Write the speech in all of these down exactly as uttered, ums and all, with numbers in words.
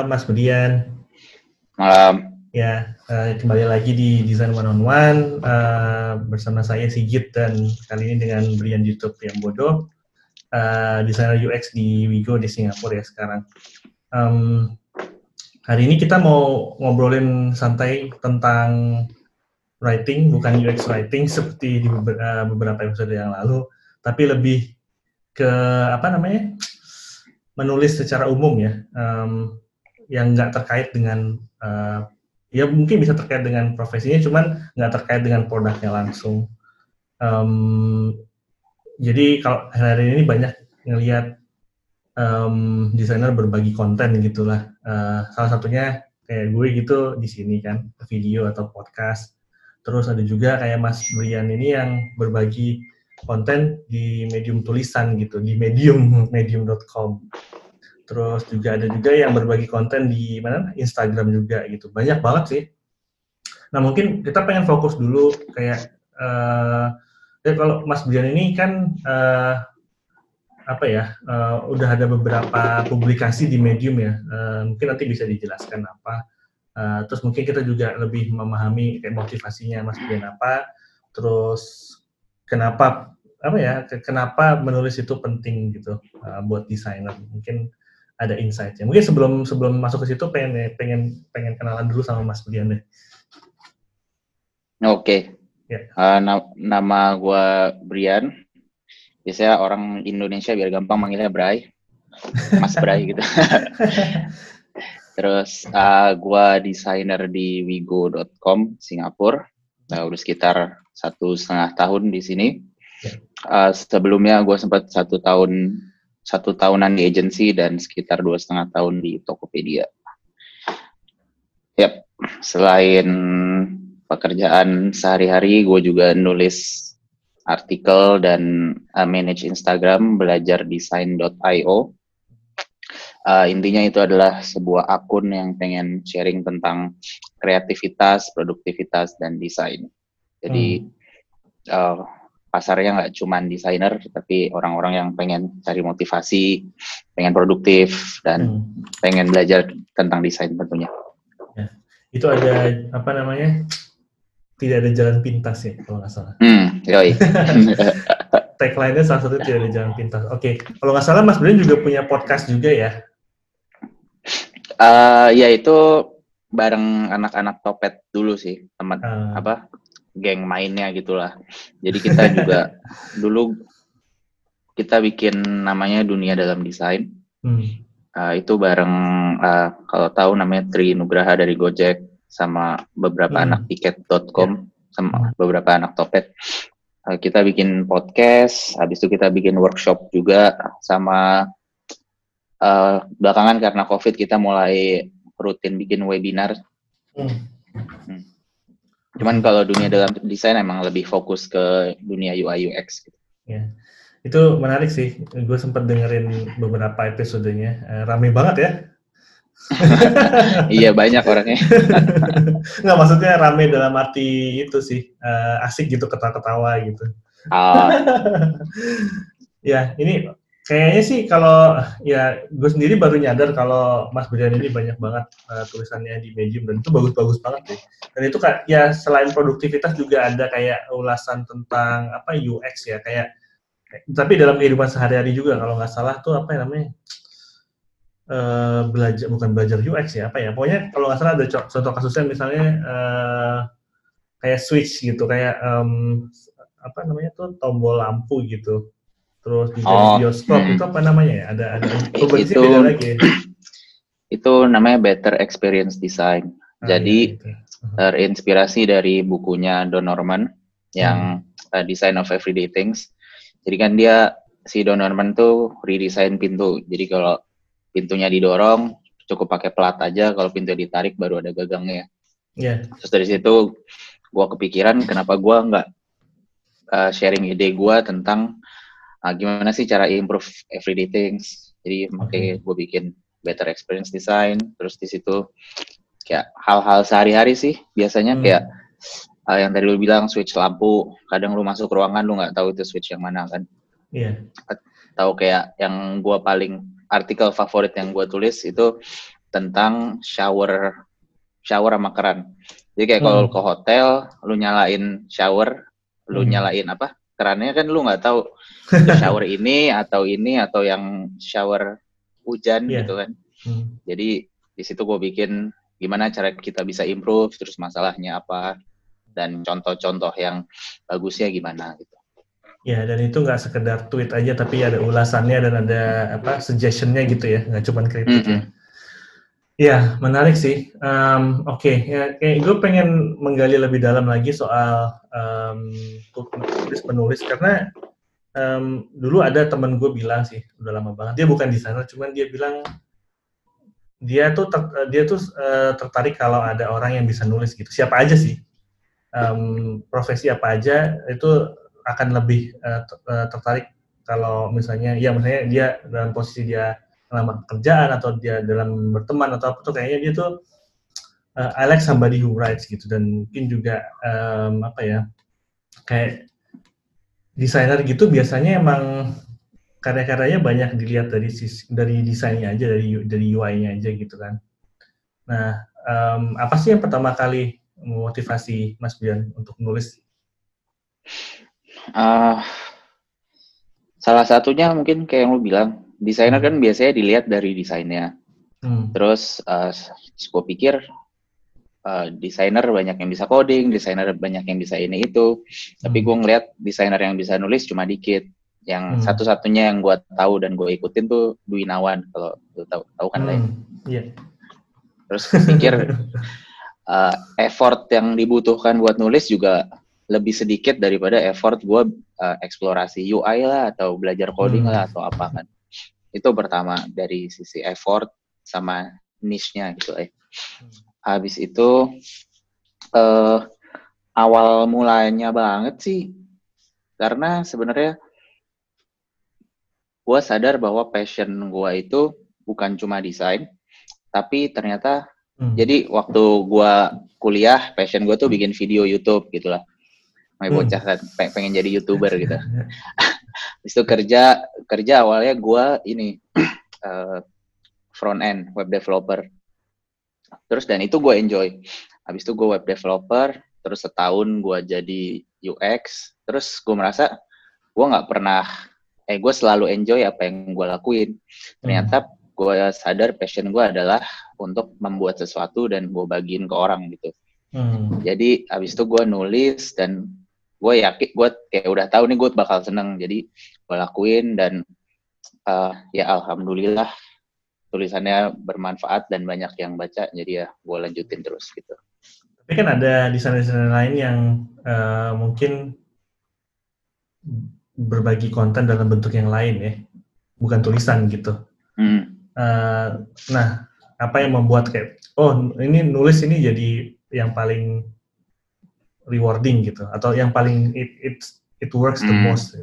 Mas Budian. Malam. Ya, uh, kembali lagi di Design One on One uh, bersama saya Sigit dan kali ini dengan Brian YouTube yang bodoh, uh, desainer U X di Wigo di Singapura ya sekarang. Um, hari ini kita mau ngobrolin santai tentang writing, bukan U X writing seperti di beberapa episode yang lalu, tapi lebih ke apa namanya menulis secara umum ya, um, yang nggak terkait dengan uh, ya mungkin bisa terkait dengan profesinya, cuman nggak terkait dengan produknya langsung. Um, jadi kalau hari ini banyak ngelihat um, desainer berbagi konten gitulah. Uh, salah satunya kayak gue gitu di sini kan, video atau podcast. Terus ada juga kayak Mas Brian ini yang berbagi konten di medium tulisan gitu, di medium medium dot com. Terus juga ada juga yang berbagi konten di mana Instagram juga gitu. Banyak banget sih. Nah mungkin kita pengen fokus dulu kayak uh, ya kalau Mas Brian ini kan uh, apa ya uh, udah ada beberapa publikasi di Medium ya. Uh, mungkin nanti bisa dijelaskan apa. Uh, terus mungkin kita juga lebih memahami kayak motivasinya Mas Brian apa. Terus kenapa apa ya kenapa menulis itu penting gitu uh, buat desainer. Mungkin ada insight-nya. Mungkin sebelum sebelum masuk ke situ pengen pengen pengen kenalan dulu sama Mas Brian deh. Oke. Okay. Yeah. Uh, na- nama gue Brian. Biasanya orang Indonesia biar gampang manggilnya Bray. Mas Bray gitu. Terus uh, gue desainer di wigo dot com Singapura. Uh, udah sekitar satu setengah tahun di sini. Uh, sebelumnya gue sempat satu tahun satu tahunan di agency dan sekitar dua setengah tahun di Tokopedia. Yap, selain pekerjaan sehari-hari, gue juga nulis artikel dan uh, manage Instagram belajar design dot io. Uh, intinya itu adalah sebuah akun yang pengen sharing tentang kreativitas, produktivitas, dan desain. Jadi hmm. uh, pasarnya nggak cuma desainer, tapi orang-orang yang pengen cari motivasi, pengen produktif, dan hmm. pengen belajar tentang desain tentunya. Ya. Itu ada apa namanya? Tidak ada jalan pintas ya kalau nggak salah. Hmm, yoi. Tagline-nya salah satu tidak ada jalan pintas. Oke, okay. Kalau nggak salah Mas Brian juga punya podcast juga ya? Uh, ya itu bareng anak-anak Topet dulu sih, teman uh. apa? Geng mainnya gitulah. Jadi kita juga dulu kita bikin namanya Dunia Dalam Desain. Hmm. Uh, itu bareng uh, kalau tahu namanya Tri Nugraha dari Gojek sama beberapa hmm. anak tiket dot com yeah. sama hmm. beberapa anak Topet. Uh, kita bikin podcast, habis itu kita bikin workshop juga sama uh, belakangan karena Covid kita mulai rutin bikin webinar. Hmm. Hmm. Cuman kalau dunia dalam desain emang lebih fokus ke dunia U I U X. Gitu. Ya, itu menarik sih. Gue sempat dengerin beberapa episodenya. Uh, rame banget ya. Iya banyak orangnya. Nggak maksudnya rame dalam arti itu sih uh, asik gitu ketawa-ketawa gitu. Oh. Ya ini kayaknya sih kalau ya gue sendiri baru nyadar kalau Mas Brian ini banyak banget uh, tulisannya di Medium dan itu bagus-bagus banget deh. Dan itu kan ya selain produktivitas juga ada kayak ulasan tentang apa U X ya kayak tapi dalam kehidupan sehari-hari juga kalau nggak salah tuh apa yang namanya uh, belajar bukan belajar U X ya apa ya pokoknya kalau nggak salah ada contoh kasusnya misalnya uh, kayak switch gitu kayak um, apa namanya tuh tombol lampu gitu. Terus juga oh, di bioskop hmm. itu apa namanya ya? Ada ada itu beda lagi ya? Itu namanya Better Experience Design. Ah, Jadi ya, uh-huh. terinspirasi dari bukunya Don Norman yang hmm. uh, Design of Everyday Things. Jadi kan dia si Don Norman tuh redesign pintu. Jadi kalau pintunya didorong cukup pakai plat aja, kalau pintu ditarik baru ada gagangnya. Yeah. Terus dari situ gua kepikiran kenapa gua nggak uh, sharing ide gua tentang Nah, gimana sih cara improve everyday things? Jadi makanya okay. gue bikin Better Experience Design. Terus di situ kayak hal-hal sehari-hari sih. Biasanya hmm. kayak uh, yang tadi lu bilang switch lampu. Kadang lu masuk ruangan lu nggak tahu itu switch yang mana kan? Iya. Yeah. Tahu kayak yang gue paling artikel favorit yang gue tulis itu tentang shower shower sama keran. Jadi kayak kalau Hmm. ke hotel, lu nyalain shower, lu Hmm. nyalain apa? Kerannya kan lu nggak tahu itu shower ini atau ini atau yang shower hujan Yeah. gitu kan. Hmm. Jadi di situ gue bikin gimana cara kita bisa improve, terus masalahnya apa, dan contoh-contoh yang bagusnya gimana gitu. Ya, dan itu nggak sekedar tweet aja, tapi ada ulasannya dan ada apa suggestion-nya gitu ya, nggak cuma kritik ya. Mm-mm. Ya, menarik sih. Um, Oke, okay. ya, kayak gue pengen menggali lebih dalam lagi soal um, penulis-penulis, karena um, dulu ada temen gue bilang sih, udah lama banget, dia bukan desainer, cuman dia bilang dia tuh ter, dia tuh uh, tertarik kalau ada orang yang bisa nulis gitu, siapa aja sih, um, profesi apa aja itu akan lebih uh, tertarik kalau misalnya, ya misalnya dia dalam posisi dia melamar pekerjaan atau dia dalam berteman atau apa tuh, kayaknya dia tuh uh, I like somebody who writes gitu. Dan mungkin juga um, apa ya, kayak desainer gitu biasanya emang karya-karyanya banyak dilihat dari dari desainnya aja, dari dari U I-nya aja gitu kan. Nah, um, apa sih yang pertama kali memotivasi Mas Brian untuk nulis? Uh, salah satunya mungkin kayak yang lu bilang, desainer hmm. kan biasanya dilihat dari desainnya. Hmm. Terus uh, gue pikir uh, desainer banyak yang bisa coding, desainer banyak yang bisa ini itu. Hmm. Tapi gue ngeliat desainer yang bisa nulis cuma dikit. Yang hmm. satu-satunya yang gue tahu dan gue ikutin tuh Dwi Nawan, kalau lu tahu tahu kan lah. Hmm. Yeah. Terus gue pikir uh, effort yang dibutuhkan buat nulis juga lebih sedikit daripada effort gue uh, eksplorasi U I lah atau belajar coding hmm. lah atau apa kan. Itu pertama dari sisi effort sama niche-nya gitu eh. Habis itu uh, awal mulanya banget sih karena sebenarnya gue sadar bahwa passion gue itu bukan cuma desain, tapi ternyata hmm. jadi waktu gue kuliah passion gue tuh bikin video YouTube gitulah. Mau bocah kan pengen jadi YouTuber gitu. Habis itu kerja kerja awalnya gue ini uh, front end web developer. Terus dan itu gue enjoy. Habis itu gue web developer, terus setahun gue jadi U X. Terus gue merasa gue nggak pernah, eh gue selalu enjoy apa yang gue lakuin. Ternyata hmm. gue sadar passion gue adalah untuk membuat sesuatu dan gue bagiin ke orang gitu. Hmm. Jadi habis itu gue nulis dan gue yakin gue kayak udah tahu nih gue bakal seneng. Jadi gue lakuin dan uh, ya alhamdulillah tulisannya bermanfaat dan banyak yang baca, jadi ya gue lanjutin terus gitu. Tapi kan ada desainer-desainer lain yang uh, mungkin berbagi konten dalam bentuk yang lain ya, bukan tulisan gitu. Hmm. Uh, nah, apa yang membuat kayak, oh ini nulis ini jadi yang paling rewarding gitu, atau yang paling it it, it works the hmm. most? Gitu.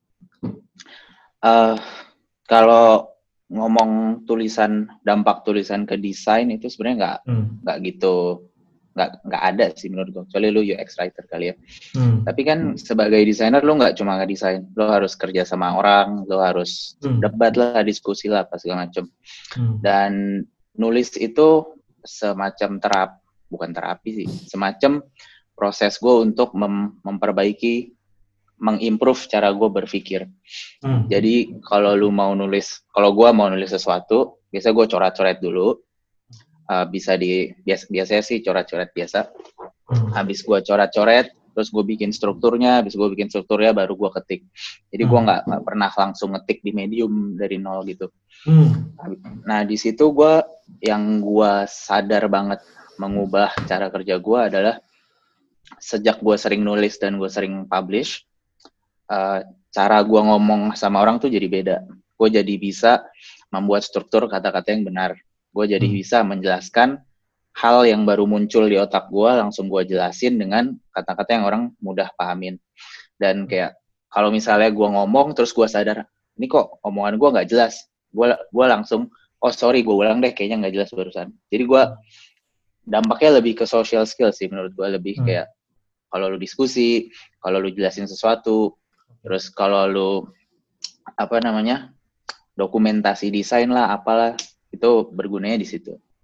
Uh, kalau ngomong tulisan, dampak tulisan ke desain itu sebenarnya nggak nggak hmm. gitu, nggak nggak ada sih menurut gue, kecuali lu U X writer kali ya. Hmm. Tapi kan hmm. sebagai desainer lu nggak cuma ngedesain, lu harus kerja sama orang, lu harus hmm. debat lah, diskusi lah, apa segala macam. Hmm. Dan nulis itu semacam terap, bukan terapi sih, semacam proses gue untuk mem- memperbaiki mengimprove cara gue berpikir. Hmm. Jadi kalau lu mau nulis, kalau gue mau nulis sesuatu, biasa gue coret-coret dulu. Uh, bisa di biasa biasanya sih coret-coret biasa. Hmm. Habis gue coret-coret, terus gue bikin strukturnya, habis gue bikin strukturnya baru gue ketik. Jadi gue nggak hmm. pernah langsung ngetik di Medium dari nol gitu. Hmm. Nah di situ gue yang gue sadar banget mengubah cara kerja gue adalah sejak gue sering nulis dan gue sering publish. Uh, cara gue ngomong sama orang tuh jadi beda. Gue jadi bisa membuat struktur kata-kata yang benar. Gue jadi hmm. bisa menjelaskan hal yang baru muncul di otak gue, langsung gue jelasin dengan kata-kata yang orang mudah pahamin. Dan kayak kalau misalnya gue ngomong terus gue sadar, ini kok omongan gue nggak jelas. Gue gue langsung, oh sorry gue ulang deh, kayaknya nggak jelas barusan. Jadi gue dampaknya lebih ke social skill sih menurut gue, lebih hmm. kayak kalau lu diskusi, kalau lu jelasin sesuatu. Terus kalau lu apa namanya dokumentasi desain lah apalah, itu bergunanya di situ.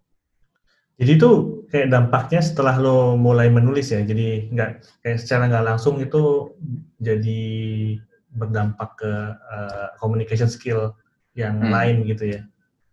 Jadi itu kayak dampaknya setelah lo mulai menulis ya, jadi nggak kayak secara nggak langsung itu jadi berdampak ke uh, communication skill yang hmm. lain gitu ya.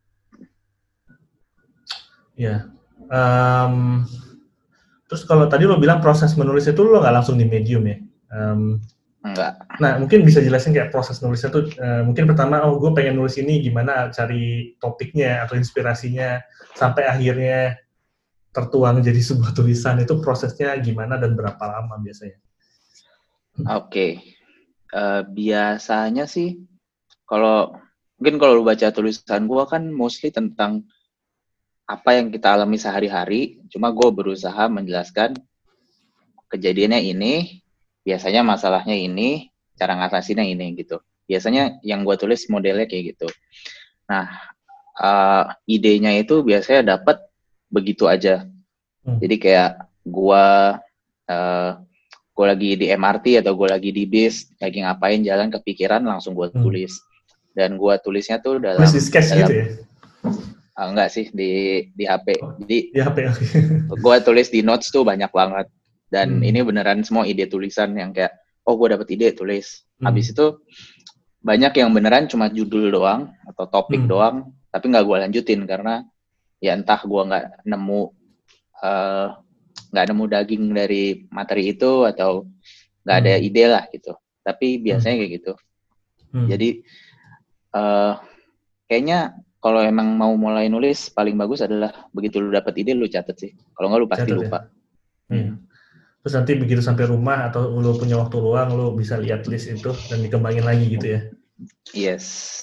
Ya. Um, terus kalau tadi lo bilang proses menulis itu lo nggak langsung di Medium ya? Um, Enggak. Nah, mungkin bisa jelasin kayak proses nulisnya tuh, uh, mungkin pertama, oh gue pengen nulis ini, gimana cari topiknya atau inspirasinya, sampai akhirnya tertuang jadi sebuah tulisan, itu prosesnya gimana dan berapa lama biasanya? Oke, okay. uh, biasanya sih, kalau, mungkin kalau lu baca tulisan gue kan mostly tentang apa yang kita alami sehari-hari, cuma gue berusaha menjelaskan kejadiannya ini, biasanya masalahnya ini, cara ngatasinnya ini gitu. Biasanya yang gue tulis modelnya kayak gitu. Nah, uh, idenya itu biasanya dapat begitu aja. Hmm. Jadi kayak gue, uh, gue lagi di M R T atau gue lagi di bis, lagi ngapain jalan kepikiran langsung gue tulis. Hmm. Dan gue tulisnya tuh dalam. Tulis di sketch dalam, gitu ya? Uh, enggak sih di di H P. Oh, Jadi di H P. Gue tulis di notes tuh banyak banget. Dan hmm. ini beneran semua ide tulisan yang kayak, oh gue dapet ide, tulis. Hmm. Habis itu banyak yang beneran cuma judul doang atau topik hmm. doang, tapi nggak gue lanjutin karena ya entah gue nggak nemu nggak uh, nemu daging dari materi itu atau nggak ada hmm. ide lah gitu. Tapi biasanya hmm. kayak gitu. Hmm. Jadi uh, kayaknya kalau emang mau mulai nulis paling bagus adalah begitu lu dapet ide lu catet sih. Kalau nggak lu pasti catet, lupa. Ya? Hmm. Terus nanti begitu sampai rumah atau lu punya waktu luang, lu bisa lihat list itu dan dikembangin lagi gitu ya? Yes.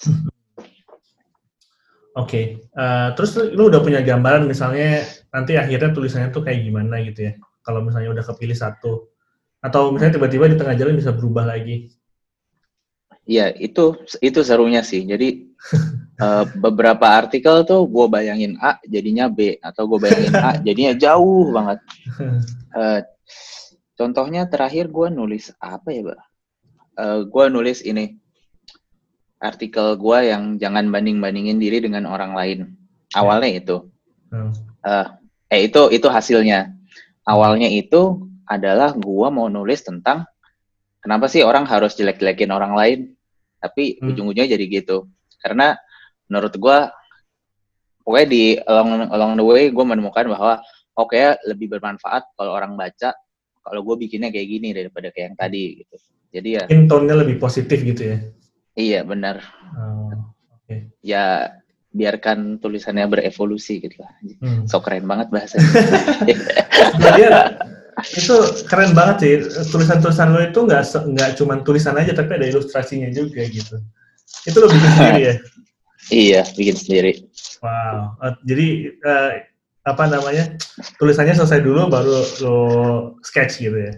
Oke, okay. uh, terus lu udah punya gambaran misalnya nanti akhirnya tulisannya tuh kayak gimana gitu ya? Kalau misalnya udah kepilih satu, atau misalnya tiba-tiba di tengah jalan bisa berubah lagi? Iya, itu itu serunya sih. Jadi uh, beberapa artikel tuh gue bayangin A jadinya B, atau gue bayangin A jadinya jauh banget. Uh, Contohnya terakhir gue nulis apa ya, Mbak? Uh, gue nulis ini, artikel gue yang jangan banding-bandingin diri dengan orang lain. Awalnya itu. Uh, eh itu itu hasilnya. Awalnya itu adalah gue mau nulis tentang kenapa sih orang harus jelek-jelekin orang lain, tapi hmm. ujung-ujungnya jadi gitu. Karena menurut gue, pokoknya di along, along the way gue menemukan bahwa oke okay, lebih bermanfaat kalau orang baca kalau gue bikinnya kayak gini daripada kayak yang tadi gitu. Jadi ya. Mungkin tone-nya lebih positif gitu ya? Iya benar. Oh, okay. Ya biarkan tulisannya berevolusi gitu lah. Hmm. So keren banget bahasanya. Nah, dia, itu keren banget sih. Tulisan-tulisan lo itu nggak nggak cuma tulisan aja, tapi ada ilustrasinya juga gitu. Itu lo bikin sendiri ya? Iya, bikin sendiri. Wow. Uh, jadi uh, apa namanya, tulisannya selesai dulu baru lo sketch gitu ya?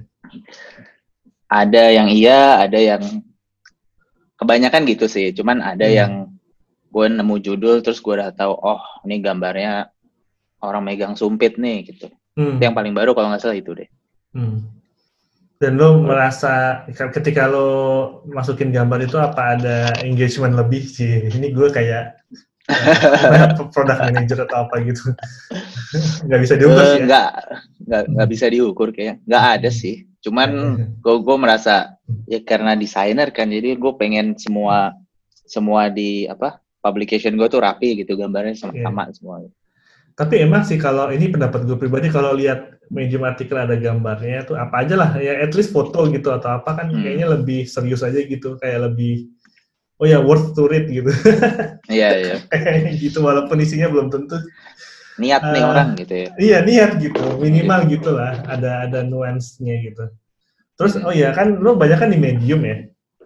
Ada yang iya, ada yang kebanyakan gitu sih. Cuman ada hmm. yang gue nemu judul terus gue udah tahu, oh ini gambarnya orang megang sumpit nih gitu. Hmm. Itu yang paling baru kalau nggak salah itu deh. Hmm. Dan lo merasa ketika lo masukin gambar itu apa ada engagement lebih sih? Ini gue kayak product manager atau apa gitu. Nggak bisa diukur uh, sih ya? Nggak, nggak, nggak bisa diukur kayaknya. Nggak ada sih. Cuman gue gue merasa ya karena desainer kan, jadi gue pengen semua semua di apa publication gue tuh rapi gitu, gambarnya sama-sama yeah. semua. Tapi emang sih kalau ini pendapat gue pribadi, kalau lihat Medium artikel ada gambarnya tuh apa aja lah ya, at least foto gitu atau apa kan hmm. kayaknya lebih serius aja gitu, kayak lebih oh ya worth to read gitu. Iya iya. Gitu walaupun isinya belum tentu niat nih uh, orang gitu ya. Iya niat gitu, minimal gitu, gitu lah, ada ada nuansnya gitu. Terus oh ya kan lo banyak kan di Medium ya.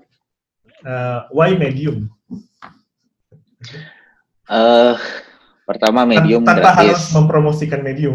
Uh, why Medium? Uh, pertama Medium Tan- tanpa gratis. harus mempromosikan Medium.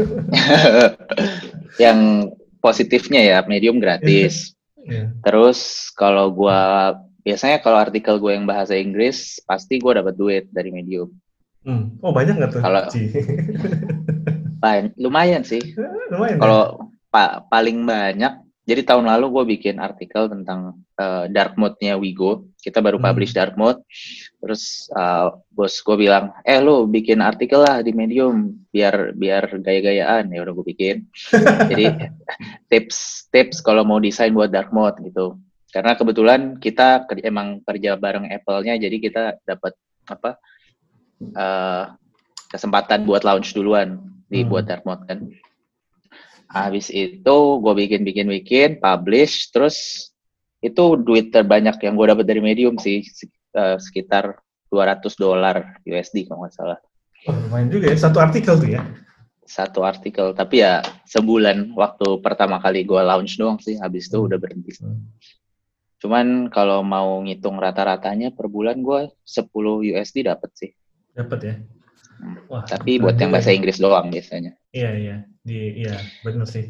Yang positifnya ya Medium gratis. Yeah. Terus kalau gua biasanya kalau artikel gue yang bahasa Inggris pasti gue dapat duit dari Medium. Hmm. Oh banyak nggak tuh? Kalau lumayan sih. Lumayan. Kalau ya? pa- paling banyak jadi tahun lalu gue bikin artikel tentang uh, dark mode-nya Wigo. Kita baru publish hmm. dark mode. Terus uh, bos gue bilang, eh lo bikin artikel lah di Medium biar biar gaya-gayaan. Ya udah gue bikin. Jadi tips tips kalau mau desain buat dark mode gitu. Karena kebetulan kita ke, emang kerja bareng Apple-nya, jadi kita dapat apa uh, kesempatan buat launch duluan di hmm. buat dark mode kan. Habis itu gue bikin-bikin-bikin, publish, terus itu duit terbanyak yang gue dapat dari Medium sih, sekitar dua ratus dolar U S D kalau nggak salah. Oh, lumayan juga ya, satu artikel tuh ya? Satu artikel, tapi ya sebulan waktu pertama kali gue launch doang sih, habis itu hmm. udah berhenti. Hmm. Cuman kalau mau ngitung rata-ratanya per bulan gue sepuluh U S D dapat sih. Dapat ya? Wah, tapi buat yang bahasa Inggris doang biasanya. Iya, iya. Di, iya, benar sih.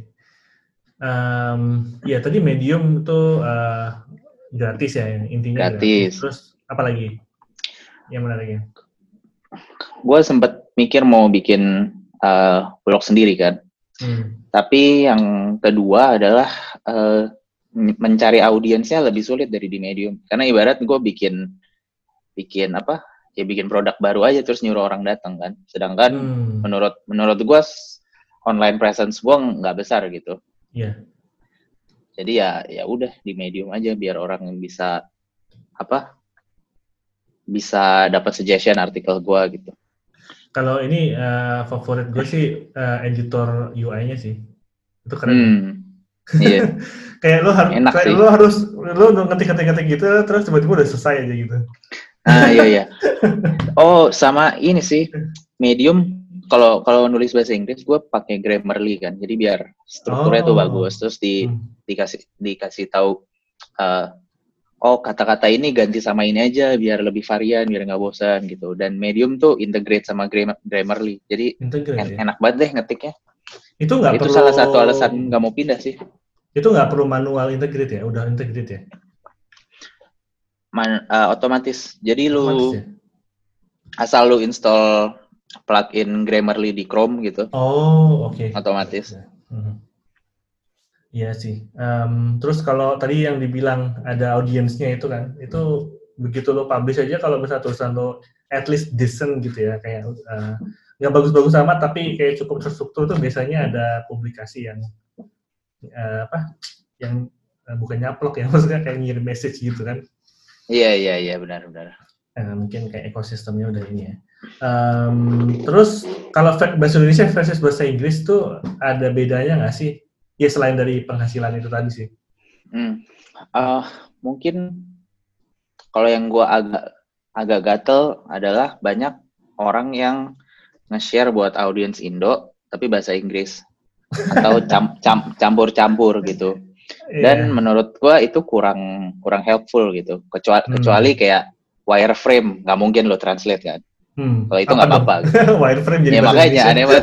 Um, ya, tadi Medium itu uh, gratis ya, intinya gratis. gratis. Terus, apa lagi yang menariknya? Gue sempat mikir mau bikin uh, blog sendiri kan. Hmm. Tapi yang kedua adalah uh, mencari audiensnya lebih sulit dari di Medium. Karena ibarat gue bikin bikin apa? Ya bikin produk baru aja terus nyuruh orang datang kan. Sedangkan hmm. menurut menurut gue online presence gue nggak besar gitu. Iya. Yeah. Jadi ya ya udah di Medium aja biar orang bisa apa bisa dapat suggestion artikel gue gitu. Kalau ini uh, favorit gue sih uh, editor U I-nya sih. Itu keren. Hmm. Iya. Kayak lo harus kayak lo harus lo ngetik-ngetik gitu terus tiba-tiba udah selesai aja gitu. Ah iya iya. Oh sama ini sih Medium kalau kalau nulis bahasa Inggris gue pakai Grammarly kan. Jadi biar strukturnya oh. tuh bagus. Terus di hmm. dikasih dikasih tahu uh, oh kata-kata ini ganti sama ini aja biar lebih varian biar nggak bosan gitu. Dan Medium tuh integrate sama Gram- Grammarly. Jadi en- ya? enak banget deh ngetiknya. Itu nggak Itu perlu... salah satu alasan nggak mau pindah sih. Itu nggak perlu manual integrate ya? Udah integrate ya? Man, uh, otomatis. Jadi lu ya? Asal lu install plugin Grammarly di Chrome gitu. Oh, oke. Okay. Otomatis. Iya hmm. sih. Um, terus kalau tadi yang dibilang ada audiensnya itu kan, itu begitu lo publish aja kalau misalnya tulisan lo at least decent gitu ya, kayak uh, nggak bagus-bagus amat tapi kayak cukup terstruktur tuh biasanya ada publikasi yang uh, apa? Yang uh, bukan nyaplok ya, maksudnya kayak ngirim message gitu kan. Iya iya iya benar-benar. Nah, mungkin kayak ekosistemnya udah ini ya. Um, terus kalau bahasa Indonesia versus bahasa Inggris tuh ada bedanya nggak sih? Ya selain dari penghasilan itu tadi sih. Hmm. Uh, mungkin kalau yang gue agak agak gatel adalah banyak orang yang nge-share buat audiens Indo tapi bahasa Inggris atau cam, cam, campur-campur gitu. Dan yeah. menurut gua itu kurang kurang helpful gitu. Kecuali hmm. kecuali kayak wireframe, nggak mungkin lo translate kan. Hmm. Kalau itu nggak apa-apa. Gitu. Wireframe jadi ya makanya aneh banget.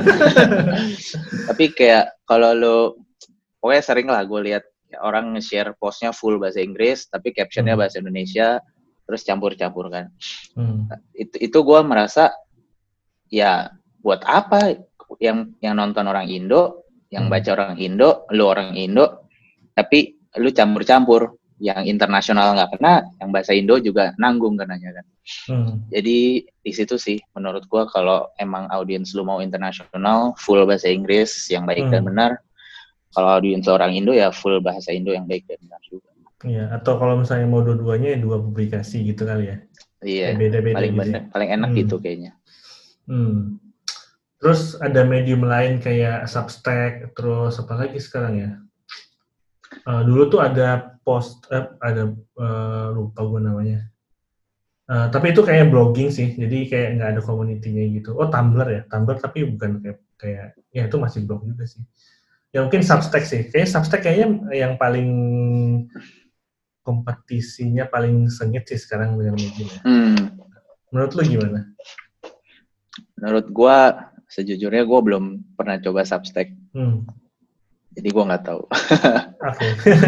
Tapi kayak kalau lo, pokoknya sering lah gue lihat orang nge-share postnya full bahasa Inggris, tapi captionnya hmm. bahasa Indonesia, terus campur-campur kan. Hmm. Itu itu gue merasa ya buat apa yang yang nonton orang Indo, yang hmm. baca orang Indo, lo orang Indo. Tapi lu campur-campur, yang internasional nggak kena, yang bahasa Indo juga nanggung kenanya kan. Hmm. Jadi di situ sih menurut gua kalau emang audiens lu mau internasional, full bahasa Inggris yang baik hmm. dan benar. Kalau audiens orang Indo ya full bahasa Indo yang baik dan benar juga. Iya, atau kalau misalnya mau dua-duanya dua publikasi gitu kali ya. Iya, beda-beda paling benar, paling enak hmm. gitu kayaknya. Hmm. Terus ada medium lain kayak Substack, terus apa lagi sekarang ya? Uh, dulu tuh ada post, eh, ada uh, lupa gue namanya. Uh, tapi itu kayak blogging sih, jadi kayak nggak ada community-nya gitu. Oh Tumblr ya, Tumblr tapi bukan kayak, kayak ya itu masih blog juga sih. Ya mungkin Substack sih, kayaknya Substack kayaknya yang paling kompetisinya paling sengit sih sekarang dengan Medium ya. Hmm. Menurut lu gimana? Menurut gue, sejujurnya gue belum pernah coba Substack. Hmm. Jadi gue nggak tahu. Oke.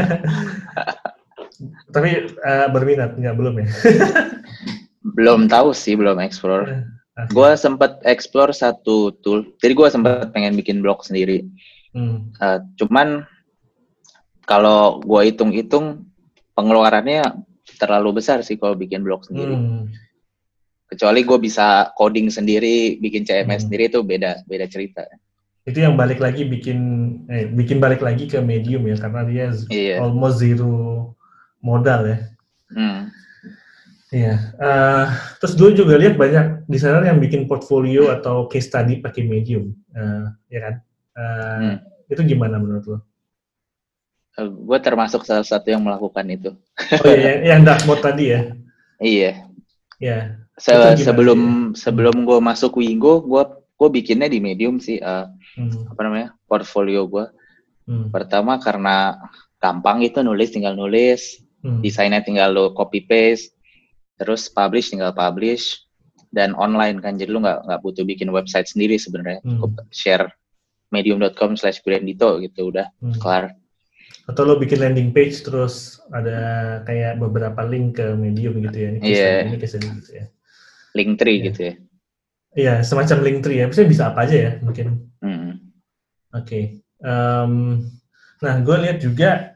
Tapi uh, berminat nggak belum ya? Belum tahu sih, belum explore. Okay. Gue sempat explore satu tool. Jadi gue sempat pengen bikin blog sendiri. Hmm. Uh, cuman kalau gue hitung-hitung pengeluarannya terlalu besar sih kalau bikin blog sendiri. Hmm. Kecuali gue bisa coding sendiri, bikin C M S hmm. sendiri itu beda beda cerita. Itu yang balik lagi bikin eh, bikin balik lagi ke Medium ya, karena dia iya. almost zero modal ya. Hmm. Iya. Uh, terus gue juga lihat banyak desainer yang bikin portfolio atau case study pakai Medium, uh, ya kan? Uh, hmm. Itu gimana menurut lo? Uh, gue termasuk salah satu yang melakukan itu. Oh iya, yang, yang dark mode tadi ya? Iya. Iya. Se- sebelum sih? sebelum gue masuk Wigo, gue gue bikinnya di Medium sih. Uh, hmm. Apa namanya? Portfolio gue. Hmm. Pertama karena gampang itu nulis, tinggal nulis. Hmm. Desainnya tinggal lo copy paste. Terus publish tinggal publish. Dan online kan, jadi lo nggak nggak butuh bikin website sendiri sebenarnya. Hmm. Cukup share medium dot com slash brandito gitu, udah hmm. kelar. Atau lo bikin landing page terus ada kayak beberapa link ke Medium gitu ya. Ini kisah yeah. ini kisah gitu ya. Link tree yeah. gitu ya. Iya, yeah, semacam link tree ya. Maksudnya bisa apa aja ya mungkin. Hmm. Oke. Okay. Um, nah, gue lihat juga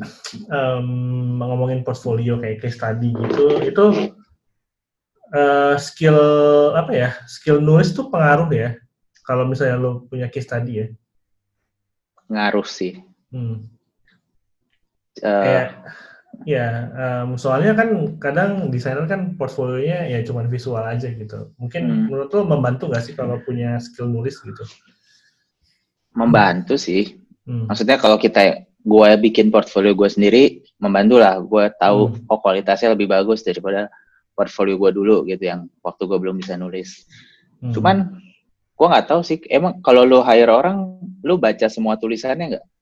um, ngomongin portfolio kayak case study gitu, itu uh, skill apa ya? Skill nulis tuh pengaruh ya. Kalau misalnya lo punya case study ya. Ngaruh sih. Hmm. Uh, kayak ya um, soalnya kan kadang desainer kan portfolionya ya cuma visual aja gitu. Mungkin hmm. menurut lo membantu nggak sih kalau punya skill nulis gitu? Membantu hmm. sih. Hmm. Maksudnya kalau kita gue bikin portfolio gue sendiri, membantu lah. Gue tahu hmm. oh kualitasnya lebih bagus daripada portfolio gue dulu gitu yang waktu gue belum bisa nulis. Hmm. Cuman gue nggak tahu sih. Emang kalau lo hire orang, lo baca semua tulisannya nggak?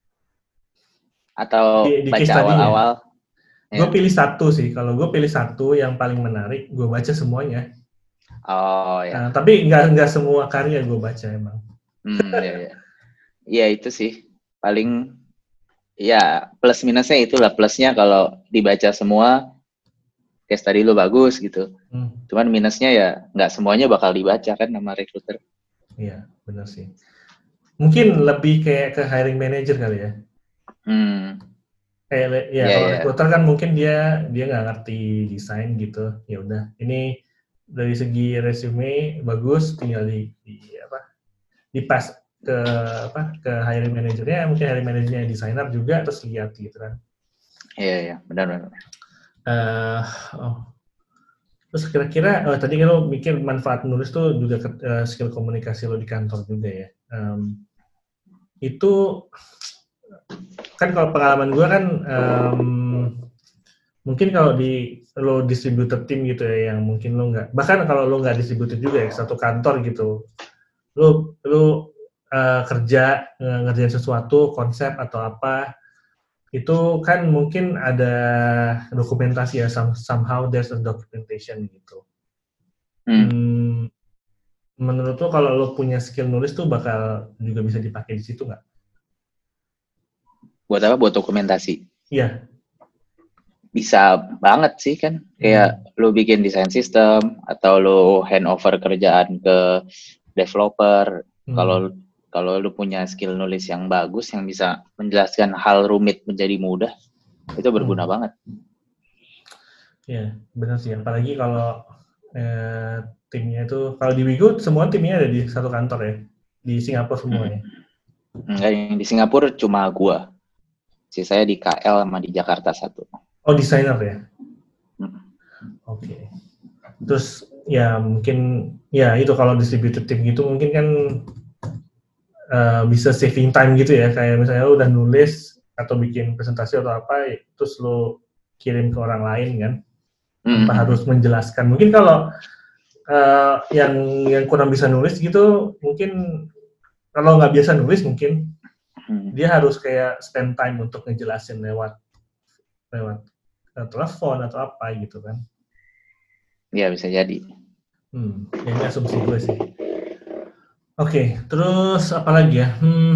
Atau di, di baca awal-awal? Ya. Gue pilih satu sih. Kalau gue pilih satu yang paling menarik, gue baca semuanya. Oh ya. Nah, tapi nggak nggak semua karya gue baca emang. Hmm, ya, ya. Iya itu sih paling ya plus minusnya itulah. Plusnya kalau dibaca semua, case tadi lo bagus gitu. Hmm. Cuman minusnya ya nggak semuanya bakal dibaca kan sama recruiter. Iya benar sih. Mungkin lebih kayak ke hiring manager kali ya. Hmm. Kayak ya yeah, kalau yeah. recruiter kan mungkin dia dia nggak ngerti desain gitu. Ya udah, ini dari segi resume bagus, tinggal di, di apa? Dipas ke apa? Ke hiring manajernya, mungkin hiring manajernya desainer juga terus lihat gitu kan. Iya yeah, iya, yeah. benar benar. Uh, oh. Terus kira-kira oh, tadi kalau mikir manfaat nulis tuh juga ke, uh, skill komunikasi lo di kantor juga ya. Um, itu kan kalau pengalaman gue kan um, mungkin kalau di lo distributed team gitu ya yang mungkin lo nggak, bahkan kalau lo nggak distributed juga ya satu kantor gitu, lo lo uh, kerja uh, ngerjain sesuatu konsep atau apa itu kan mungkin ada dokumentasi ya, some, somehow there's a documentation gitu. Hmm. Hmm, menurut lo kalau lo punya skill nulis tuh bakal juga bisa dipakai di situ nggak? Buat apa? Buat dokumentasi? Iya. Bisa banget sih kan. Kayak hmm. lo bikin desain sistem atau lo handover kerjaan ke developer. Kalau hmm. kalau lo punya skill nulis yang bagus yang bisa menjelaskan hal rumit menjadi mudah, itu berguna hmm. banget. Iya, benar sih. Apalagi kalau eh, timnya itu, kalau di Wigo semua timnya ada di satu kantor ya, di Singapura semua ya. Enggak, yang di Singapura cuma gua. Sisanya di K L sama di Jakarta satu. Oh, desainer ya? Hmm. Oke. Okay. Terus ya mungkin ya itu kalau distributed team gitu mungkin kan uh, bisa saving time gitu ya. Kayak misalnya lo udah nulis atau bikin presentasi atau apa, terus lo kirim ke orang lain kan, tanpa hmm. harus menjelaskan. Mungkin kalau uh, yang yang kurang bisa nulis gitu, mungkin kalau nggak biasa nulis mungkin Hmm. dia harus kayak spend time untuk ngejelasin lewat lewat uh, telepon atau apa gitu kan. Iya bisa jadi. Hmm, ya ini asumsi gue sih. Oke, okay, terus apa lagi ya? Hmm,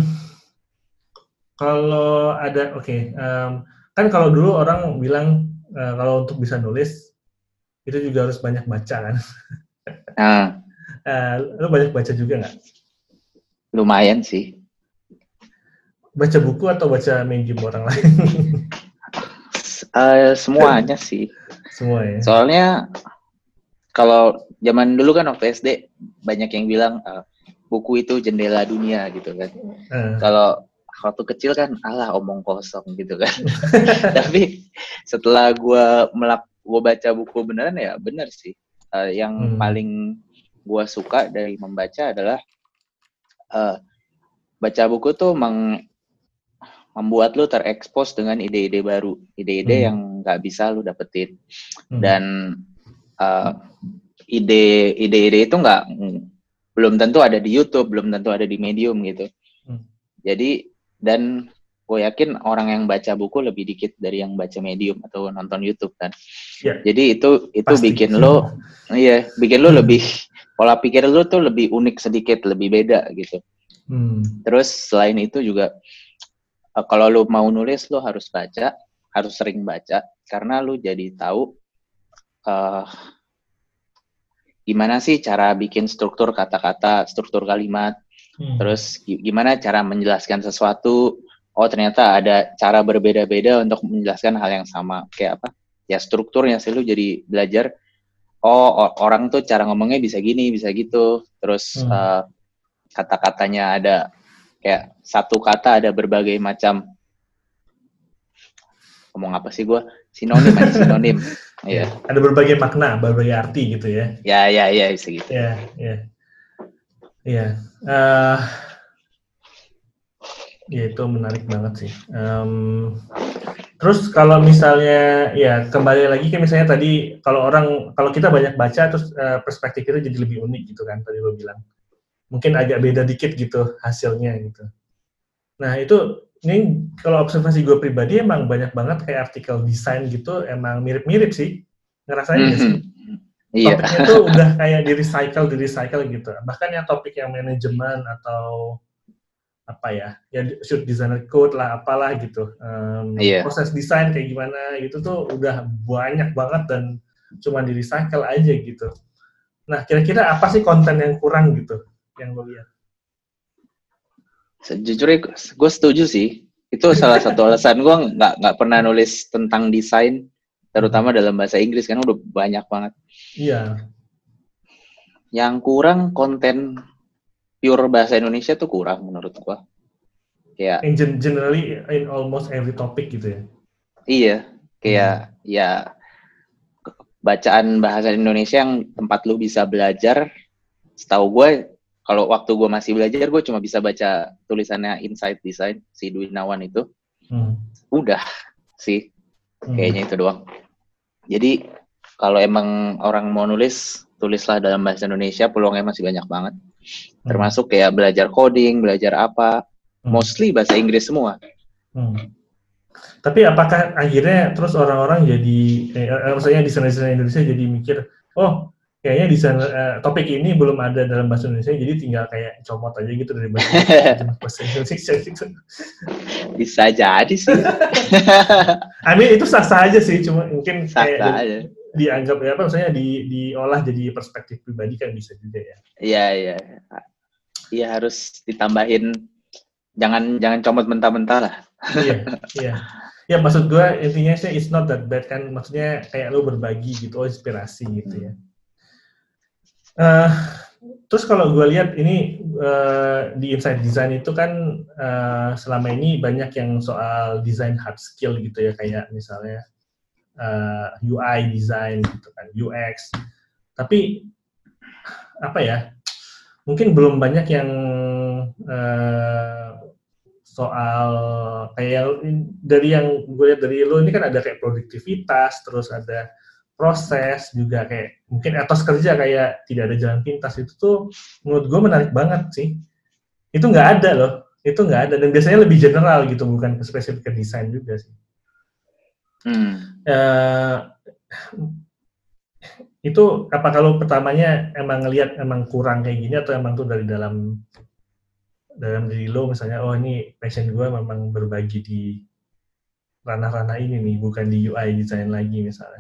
kalau ada, oke, okay, um, kan kalau dulu orang bilang uh, kalau untuk bisa nulis itu juga harus banyak baca kan. Ah. uh, lo banyak baca juga nggak? Lumayan sih. baca buku atau baca main game orang lain? uh, semuanya sih. Semua ya. Soalnya kalau zaman dulu kan waktu S D banyak yang bilang uh, buku itu jendela dunia gitu kan. Uh. Kalau waktu kecil kan alah omong kosong gitu kan. Tapi setelah gue melak gue baca buku beneran ya bener sih. Uh, yang hmm. paling gue suka dari membaca adalah uh, baca buku tuh meng membuat lu terekspos dengan ide-ide baru, ide-ide hmm. yang nggak bisa lu dapetin. Hmm. Dan uh, ide ide-ide itu nggak belum tentu ada di YouTube, belum tentu ada di Medium gitu. Hmm. Jadi dan gue yakin orang yang baca buku lebih dikit dari yang baca Medium atau nonton YouTube kan. Ya. Jadi itu itu Pasti. bikin lo, iya, bikin lo hmm. lebih pola pikir lo tuh lebih unik sedikit, lebih beda gitu. Hmm. Terus selain itu juga uh, kalau lo mau nulis lo harus baca, harus sering baca karena lo jadi tahu uh, gimana sih cara bikin struktur kata-kata, struktur kalimat. Hmm. Terus gimana cara menjelaskan sesuatu? Oh ternyata ada cara berbeda-beda untuk menjelaskan hal yang sama. Kayak apa? Ya strukturnya sih lu jadi belajar. Oh orang tuh cara ngomongnya bisa gini, bisa gitu. Terus hmm. uh, kata-katanya ada kayak satu kata ada berbagai macam. Ngomong apa sih gue? Sinonim aja sinonim. Iya. Ada berbagai makna, berbagai arti gitu ya? Ya ya ya bisa gitu. Ya ya. Iya, uh, ya itu menarik banget sih. Um, terus kalau misalnya, ya kembali lagi kan misalnya tadi kalau orang, kalau kita banyak baca terus uh, perspektif kita jadi lebih unik gitu kan tadi lo bilang. Mungkin agak beda dikit gitu hasilnya gitu. Nah itu, ini kalau observasi gue pribadi emang banyak banget kayak artikel desain gitu emang mirip-mirip sih. Ngerasain nggak mm-hmm. sih? Iya. Topiknya tuh udah kayak di recycle, di recycle gitu. Bahkan yang topik yang manajemen atau apa ya, ya shoot designer code lah, apalah gitu. Um, yeah. Proses desain kayak gimana gitu tuh udah banyak banget dan cuma di recycle aja gitu. Nah kira-kira apa sih konten yang kurang gitu, yang lo lihat? Sejujurnya gue setuju sih. Itu salah satu alasan gue nggak nggak pernah nulis tentang desain. Terutama dalam bahasa Inggris kan udah banyak banget. Iya. Yang kurang konten pure bahasa Indonesia tuh kurang menurut gua. Kayak in generally in almost every topic gitu ya. Iya, kayak hmm. ya bacaan bahasa Indonesia yang tempat lu bisa belajar. Setahu gue kalau waktu gue masih belajar gue cuma bisa baca tulisannya Insight Design si Dwi Nawan itu. Hmm. Udah sih. Kayaknya hmm. itu doang. Jadi kalau emang orang mau nulis, tulislah dalam bahasa Indonesia, peluangnya masih banyak banget. Hmm. Termasuk kayak belajar coding, belajar apa, hmm. mostly bahasa Inggris semua. Hmm. Tapi apakah akhirnya terus orang-orang jadi, eh, maksudnya desainer-desainer Indonesia jadi mikir, oh kayaknya desain eh, topik ini belum ada dalam bahasa Indonesia, jadi tinggal kayak comot aja gitu dari bahasa, bahasa Indonesia gitu. Bisa jadi sih. I mean itu sah-sah aja sih, cuma mungkin kayak aja. Dianggap ya apa, maksudnya di diolah jadi perspektif pribadi kan bisa juga ya. Iya iya. Iya harus ditambahin, jangan jangan comot mentah-mentah lah. Iya iya. Ya maksud gue intinya sih it's not that bad kan, maksudnya kayak lu berbagi gitu, oh, inspirasi gitu ya. Uh, terus kalau gue lihat ini uh, di Insight Design itu kan uh, selama ini banyak yang soal design hard skill gitu ya, kayak misalnya uh, U I design gitu kan, U X. Tapi apa ya? Mungkin belum banyak yang uh, soal kayak dari yang gue lihat dari lo ini kan ada kayak produktivitas, terus ada proses juga kayak mungkin etos kerja kayak tidak ada jalan pintas, itu tuh menurut gue menarik banget sih. Itu nggak ada loh, itu nggak ada dan biasanya lebih general gitu, bukan spesifik ke desain juga sih. Hmm. Uh, itu apa kalau pertamanya emang ngelihat emang kurang kayak gini atau emang tuh dari dalam dalam diri lo misalnya, oh ini passion gue memang berbagi di ranah-ranah ini nih, bukan di U I design lagi misalnya.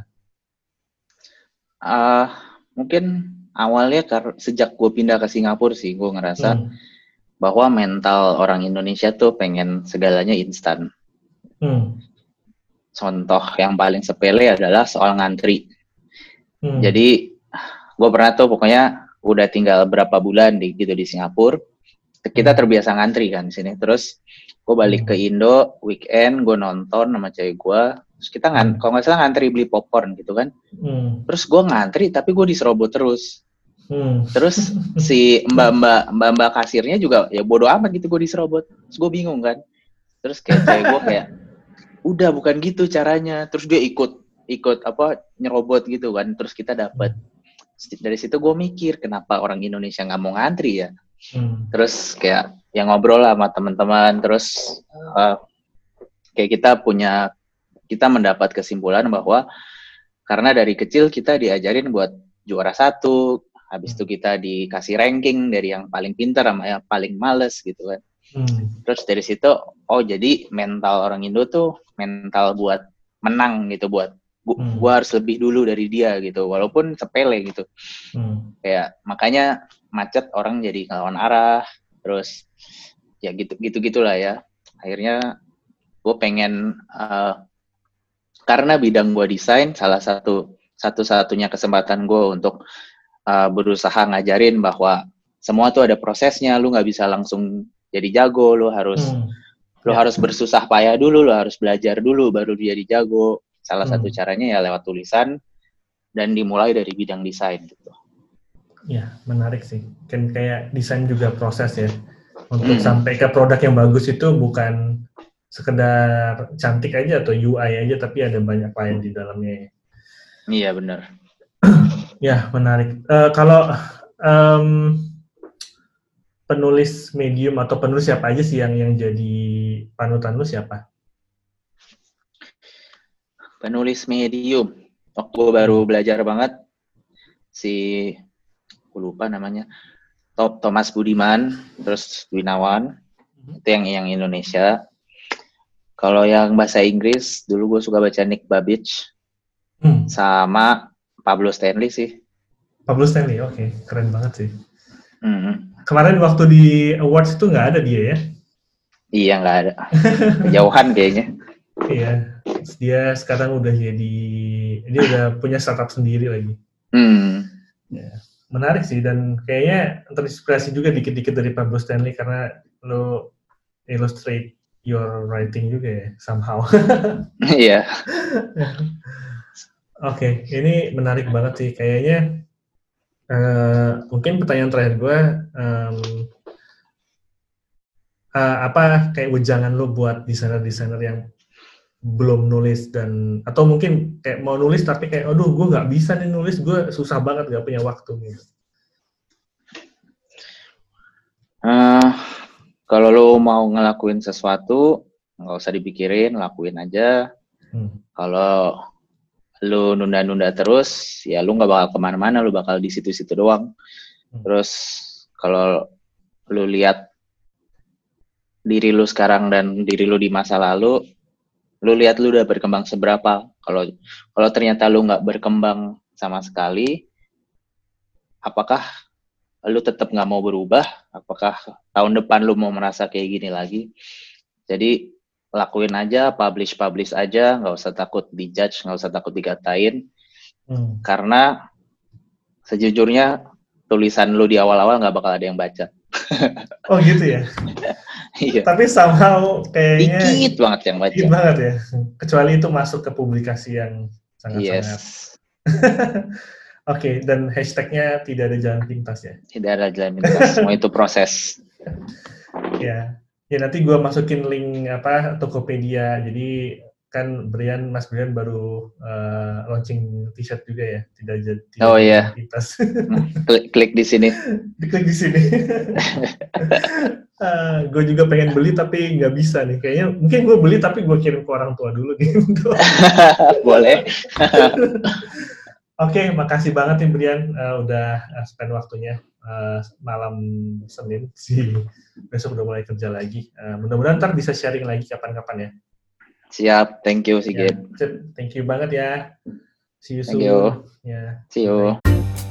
Uh, mungkin awalnya kar- sejak gue pindah ke Singapura sih, gue ngerasa hmm. bahwa mental orang Indonesia tuh pengen segalanya instan. Hmm. Contoh yang paling sepele adalah soal ngantri. Hmm. Jadi gue pernah tuh pokoknya udah tinggal berapa bulan di gitu di Singapura, kita terbiasa ngantri kan di sini. Terus gue balik ke Indo weekend, gue nonton sama cewek gue, terus kita ngan, hmm. kalau nggak salah ngantri beli popcorn gitu kan. Hmm. Terus gue ngantri tapi gue diserobot terus. Hmm. Terus si mbak-mbak mbak-mbak kasirnya juga ya bodo amat gitu, gue diserobot. Terus gue bingung kan. Terus kayak cewek gue kayak udah bukan gitu caranya. Terus dia ikut ikut apa nyerobot gitu kan. Terus kita dapat. Dari situ gue mikir kenapa orang Indonesia nggak mau ngantri ya. Hmm. Terus kayak yang ngobrol lah sama teman-teman. Terus uh, kayak kita punya kita mendapat kesimpulan bahwa karena dari kecil kita diajarin buat juara satu, habis itu kita dikasih ranking dari yang paling pintar sama yang paling males gitu kan. Hmm. Terus dari situ, oh jadi mental orang Indo tuh mental buat menang gitu, buat gua, hmm. gua harus lebih dulu dari dia gitu, walaupun sepele gitu. Hmm. Kayak makanya macet orang jadi ngelawan arah, terus ya gitu gitu gitulah ya. Akhirnya gue pengen uh, karena bidang gue desain, salah satu satu-satunya kesempatan gue untuk uh, berusaha ngajarin bahwa semua tuh ada prosesnya, lu nggak bisa langsung jadi jago, lu harus hmm. lu ya. harus bersusah payah dulu, lu harus belajar dulu baru jadi jago. Salah hmm. satu caranya ya lewat tulisan dan dimulai dari bidang desain gitu. Ya, menarik sih. Kan kayak desain juga proses ya. Untuk hmm. sampai ke produk yang bagus itu bukan sekedar cantik aja atau U I aja, tapi ada banyak lain di dalamnya. Iya benar. Ya menarik. Uh, kalau um, penulis medium atau penulis siapa aja sih yang yang jadi panutan lu siapa? Penulis medium. Waktu gue baru belajar banget si, aku lupa namanya, Top Thomas Budiman, terus Winawan, hmm. itu yang yang Indonesia. Kalau yang bahasa Inggris, dulu gue suka baca Nick Babich, hmm. sama Pablo Stanley sih. Pablo Stanley, oke, okay. Keren banget sih. Mm-hmm. Kemarin waktu di awards itu nggak ada dia ya? Iya, nggak ada. Kejauhan kayaknya. Iya, dia sekarang udah jadi, dia udah punya startup sendiri lagi. Hmm. Ya, menarik sih, dan kayaknya terinspirasi juga dikit-dikit dari Pablo Stanley karena lo illustrate your writing juga ya, somehow. Iya. Oke, okay, ini menarik banget sih. Kayaknya uh, mungkin pertanyaan terakhir gue, um, uh, apa kayak wejangan lo buat desainer-desainer yang belum nulis dan atau mungkin kayak mau nulis tapi kayak, aduh gue nggak bisa nih nulis, gue susah banget nggak punya waktu gitu. Uh, kalau lo mau ngelakuin sesuatu, nggak usah dipikirin, lakuin aja. Hmm. Kalau lu nunda-nunda terus, ya lu nggak bakal kemana-mana, lu bakal di situ-situ doang. Hmm. Terus kalau lu lihat diri lu sekarang dan diri lu di masa lalu, lu lihat lu udah berkembang seberapa. Kalau kalau ternyata lu nggak berkembang sama sekali, apakah lu tetap nggak mau berubah? Apakah tahun depan lu mau merasa kayak gini lagi? Jadi lakuin aja, publish-publish aja, nggak usah takut dijudge, nggak usah takut dikatain, hmm. karena sejujurnya tulisan lu di awal-awal nggak bakal ada yang baca. Oh gitu ya? Iya. Tapi somehow kayaknya dikit banget yang baca. Dikit banget ya, kecuali itu masuk ke publikasi yang sangat-sangat. Yes. Oke, okay, dan hashtagnya tidak ada jalan pintas ya? Tidak ada jalan pintas, semua itu proses. Ya. Ya nanti gue masukin link apa Tokopedia. Jadi kan Brian, Mas Brian baru uh, launching t-shirt juga ya. Tidak jadi. Oh iya. klik, klik di sini. Klik di sini. uh, gue juga pengen beli tapi nggak bisa nih. Kayaknya mungkin gue beli tapi gue kirim ke orang tua dulu gitu. Boleh. Oke, okay, makasih banget nih Brian uh, udah uh, spend waktunya uh, malam Senin sih. Besok udah mulai kerja lagi. Uh, mudah-mudahan ntar bisa sharing lagi kapan-kapan ya. Siap, thank you Sigit. Ya, thank you banget ya. See you soon. Thank you. Ya. See you. Bye.